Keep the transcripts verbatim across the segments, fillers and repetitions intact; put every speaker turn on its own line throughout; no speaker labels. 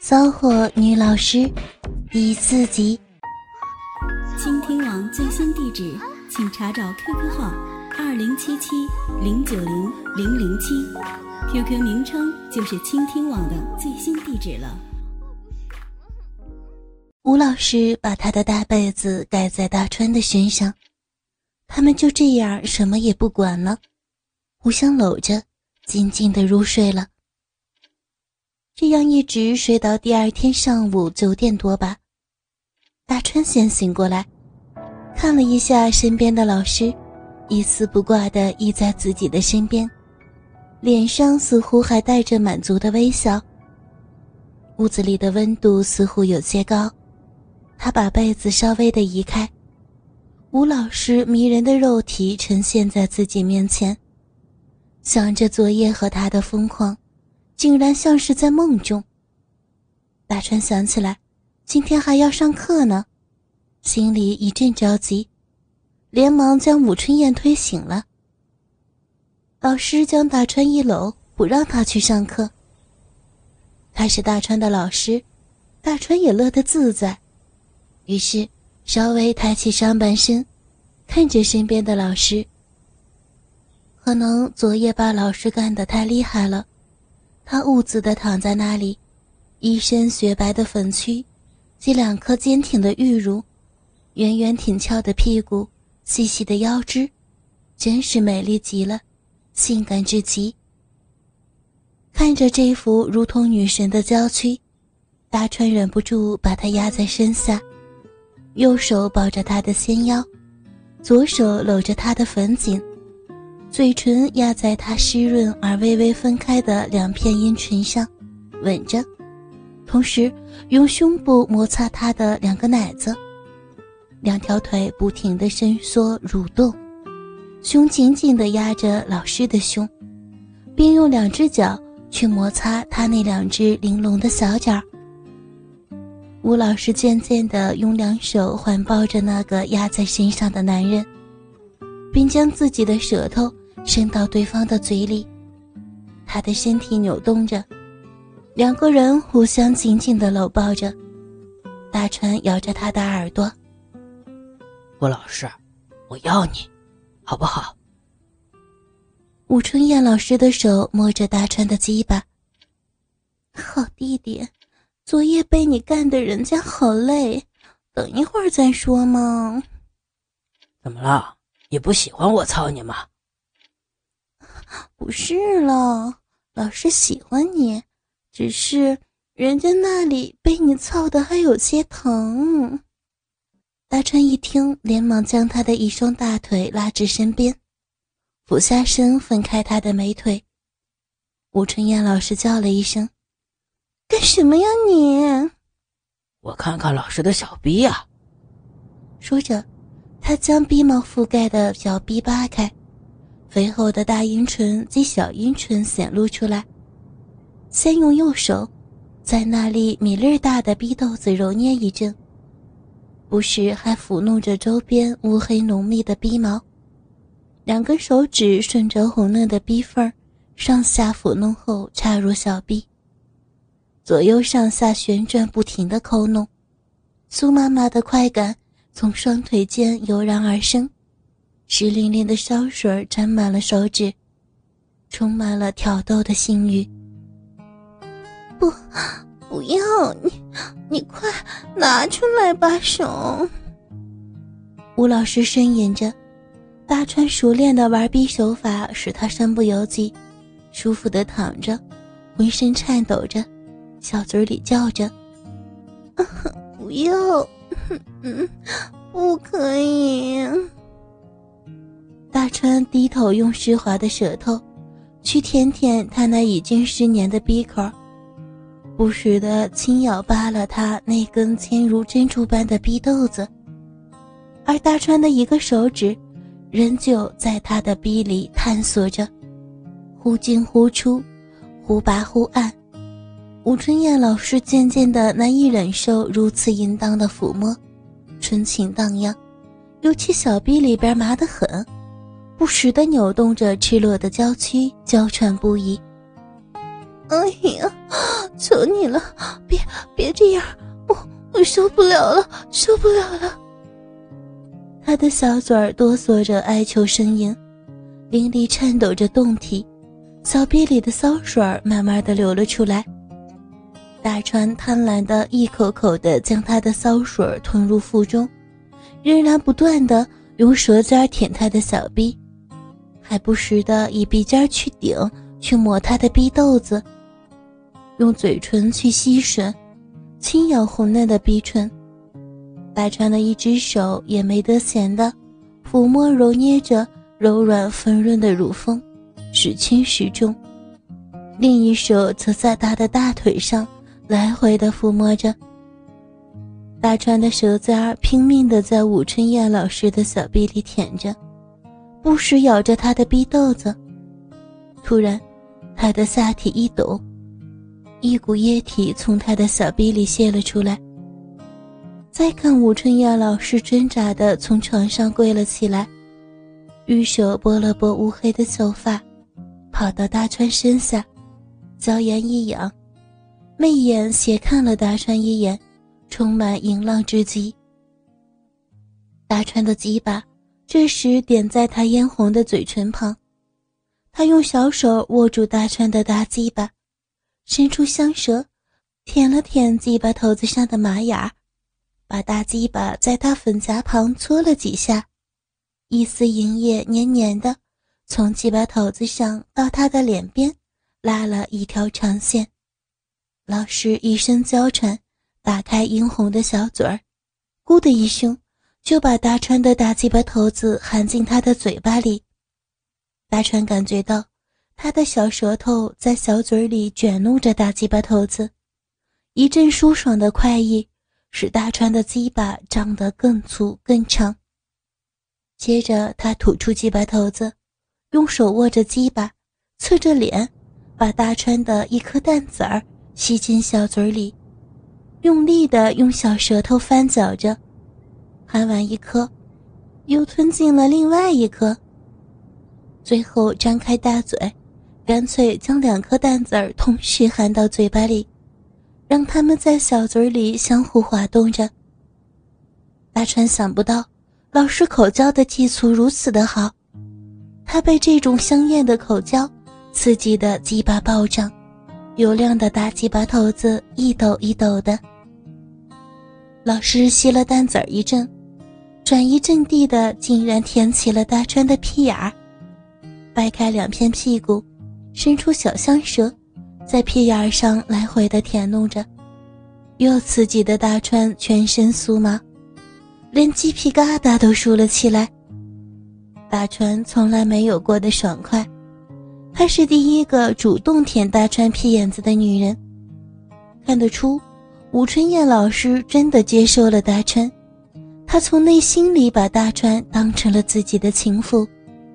骚货女老师第四集。
倾听网最新地址，请查找 Q Q 号二零七七零九零零零七 ，Q Q 名称就是倾听网的最新地址了。
吴老师把他的大被子盖在大川的身上，他们就这样什么也不管了，互相搂着，静静地入睡了。这样一直睡到第二天上午九点多吧，大川先醒过来，看了一下身边的老师，一丝不挂地依在自己的身边，脸上似乎还带着满足的微笑。屋子里的温度似乎有些高，他把被子稍微地移开，吴老师迷人的肉体呈现在自己面前，想着昨夜和他的疯狂，竟然像是在梦中。大川想起来今天还要上课呢，心里一阵着急，连忙将武春燕推醒了。老师将大川一搂，不让他去上课。他是大川的老师，大川也乐得自在，于是稍微抬起上半身，看着身边的老师。可能昨夜把老师干得太厉害了，他兀自地躺在那里，一身雪白的粉躯及两颗坚挺的玉乳，圆圆挺翘的屁股，细细的腰肢，真是美丽极了，性感至极。看着这幅如同女神的娇躯，大川忍不住把她压在身下，右手抱着她的纤腰，左手搂着她的粉颈，嘴唇压在她湿润而微微分开的两片阴唇上，吻着，同时用胸部摩擦她的两个奶子，两条腿不停地伸缩蠕动，胸紧紧地压着老师的胸，并用两只脚去摩擦他那两只玲珑的小脚。吴老师渐渐地用两手环抱着那个压在身上的男人，并将自己的舌头伸到对方的嘴里，他的身体扭动着，两个人互相紧紧地搂抱着。大川摇着他的耳朵，
吴老师，我要你，好不好？
武春燕老师的手摸着大川的鸡巴。好弟弟，昨夜被你干得人家好累，等一会儿再说嘛。
怎么了？你不喜欢我操你吗？
不是了，老师喜欢你，只是人家那里被你操得还有些疼。大川一听，连忙将他的一双大腿拉至身边，俯下身分开他的美腿。武春燕老师叫了一声，干什么呀你？
我看看老师的小逼啊。
说着，他将逼毛覆盖的小逼扒开，肥厚的大阴唇及小阴唇显露出来，先用右手在那粒米粒大的逼豆子揉捏一阵，不时还抚弄着周边乌黑浓密的逼毛，两根手指顺着红嫩的逼缝上下抚弄后插入小逼，左右上下旋转不停地抠弄，酥麻麻的快感从双腿间油然而生，湿淋淋的烧水沾满了手指，充满了挑逗的性欲。不，不要，你你快拿出来吧手。吴老师呻吟着，大川熟练的玩逼手法使他身不由己，舒服地躺着，浑身颤抖着，小嘴里叫着、啊、不要，嗯，不可以。大川低头用湿滑的舌头去舔舔他那已经湿黏的逼口，不时地轻咬扒了他那根坚如珍珠般的逼豆子，而大川的一个手指仍旧在他的逼里探索着，忽进忽出，忽拔忽按。武春燕老师渐渐地难以忍受如此淫荡的抚摸，春情荡漾，尤其小逼里边麻得很，不时地扭动着赤裸的娇躯，娇喘不已。哎呀， 求你了，别别这样，我我受不了了，受不了了。他的小嘴儿哆嗦着哀求呻吟，灵力颤抖着动体，小臂里的骚水慢慢的流了出来。大川贪婪的一口口的将他的骚水吞入腹中，仍然不断的用舌尖舔他的小臂，还不时的以鼻尖去顶去抹他的逼豆子，用嘴唇去吸吮轻咬红嫩的逼唇。大川的一只手也没得闲的抚摸揉捏着柔软丰润的乳峰，时轻时重，另一手则在他的大腿上来回的抚摸着。大川的舌尖拼命地在武春燕老师的小臂里舔着，不时咬着他的逼豆子。突然他的下体一抖，一股液体从他的小臂里泄了出来。再看武春燕老师挣扎地从床上跪了起来，玉手拨了拨乌黑的秀发，跑到大川身下，娇颜一仰，媚眼斜看了大川一眼，充满淫浪之极。大川的鸡巴这时点在他嫣红的嘴唇旁，他用小手握住大川的大鸡巴，伸出香舌舔了舔鸡巴头子上的马眼，把大鸡巴在他粉颊旁搓了几下，一丝银液黏黏的从鸡巴头子上到他的脸边拉了一条长线。老师一声娇喘，打开殷红的小嘴儿，咕的一声就把大川的大鸡巴头子含进他的嘴巴里。大川感觉到他的小舌头在小嘴里卷弄着大鸡巴头子，一阵舒爽的快意使大川的鸡巴长得更粗更长。接着他吐出鸡巴头子，用手握着鸡巴，侧着脸把大川的一颗蛋子儿吸进小嘴里，用力地用小舌头翻搅着，含完一颗又吞进了另外一颗，最后张开大嘴，干脆将两颗蛋子儿同时含到嘴巴里，让它们在小嘴里相互滑动着。大川想不到老师口交的技术如此的好，他被这种香艳的口交刺激的鸡巴暴涨，油亮的大鸡巴头子一抖一抖的。老师吸了蛋子儿一阵，转移阵地的竟然舔起了大川的屁眼儿，掰开两片屁股，伸出小香舌在屁眼上来回的舔弄着，又刺激的大川全身酥麻，连鸡皮疙瘩都竖了起来。大川从来没有过的爽快，她是第一个主动舔大川屁眼子的女人。看得出武春燕老师真的接受了大川，她从内心里把大川当成了自己的情妇。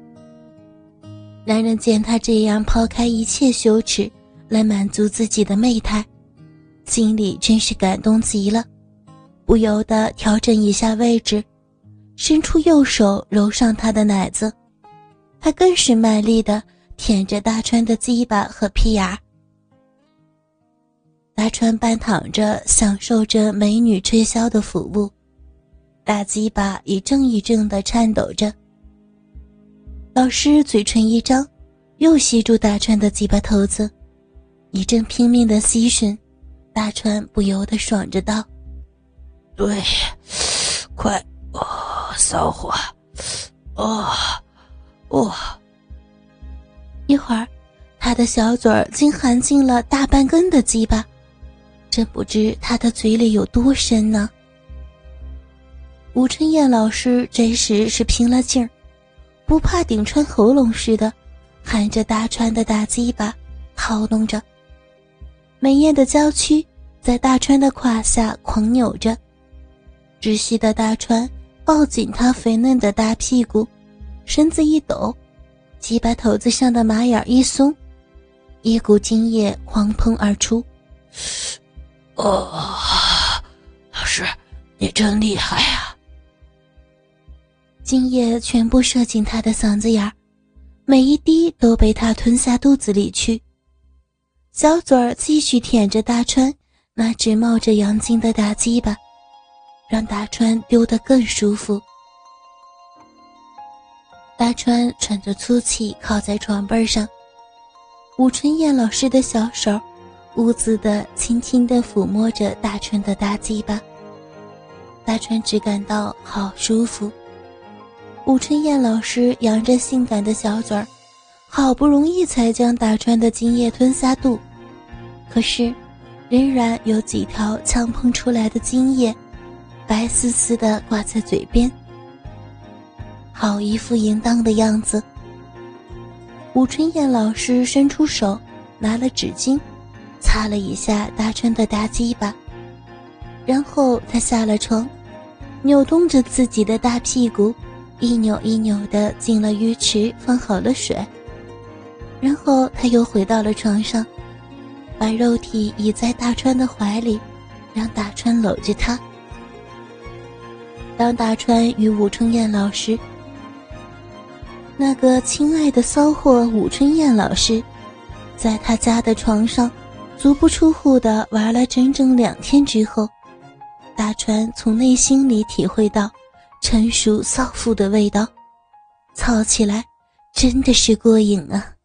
男人见她这样抛开一切羞耻来满足自己的媚态，心里真是感动极了，不由得调整一下位置，伸出右手揉上他的奶子，他更是卖力地舔着大川的鸡巴和屁眼。大川半躺着享受着美女吹箫的服务，大鸡巴一阵一阵地颤抖着。老师嘴唇一张，又吸住大川的鸡巴头子，一阵拼命的吸吮，大川不由得爽着道：
对，快哦，骚货哦哦。
一会儿他的小嘴儿竟含进了大半根的鸡巴，真不知他的嘴里有多深呢。武春燕老师这时是拼了劲儿，不怕顶穿喉咙似的含着大川的大鸡巴掏弄着，美艳的娇躯在大川的胯下狂扭着，窒息的大川抱紧他肥嫩的大屁股，身子一抖，鸡巴头子上的马眼一松，一股精液狂喷而出。
哦，老师你真厉害啊！
精液全部射进他的嗓子眼，每一滴都被他吞下肚子里去。 小嘴儿继续舔着大川那只冒着阳精的大鸡巴，让大川丢得更舒服。大川喘着粗气靠在床背上，武春燕老师的小手兀自地轻轻地抚摸着大川的大鸡巴，大川只感到好舒服。武春燕老师扬着性感的小嘴儿，好不容易才将大川的精液吞下肚，可是仍然有几条呛喷出来的精液白丝丝地挂在嘴边，好一副淫荡的样子。武春燕老师伸出手拿了纸巾擦了一下大川的大鸡巴，然后他下了床，扭动着自己的大屁股，一扭一扭地进了浴池，放好了水。然后他又回到了床上，把肉体倚在大川的怀里，让大川搂着他。当大川与武春燕老师，那个亲爱的骚货武春燕老师，在他家的床上足不出户地玩了整整两天之后，大川从内心里体会到成熟骚妇的味道，操起来真的是过瘾啊。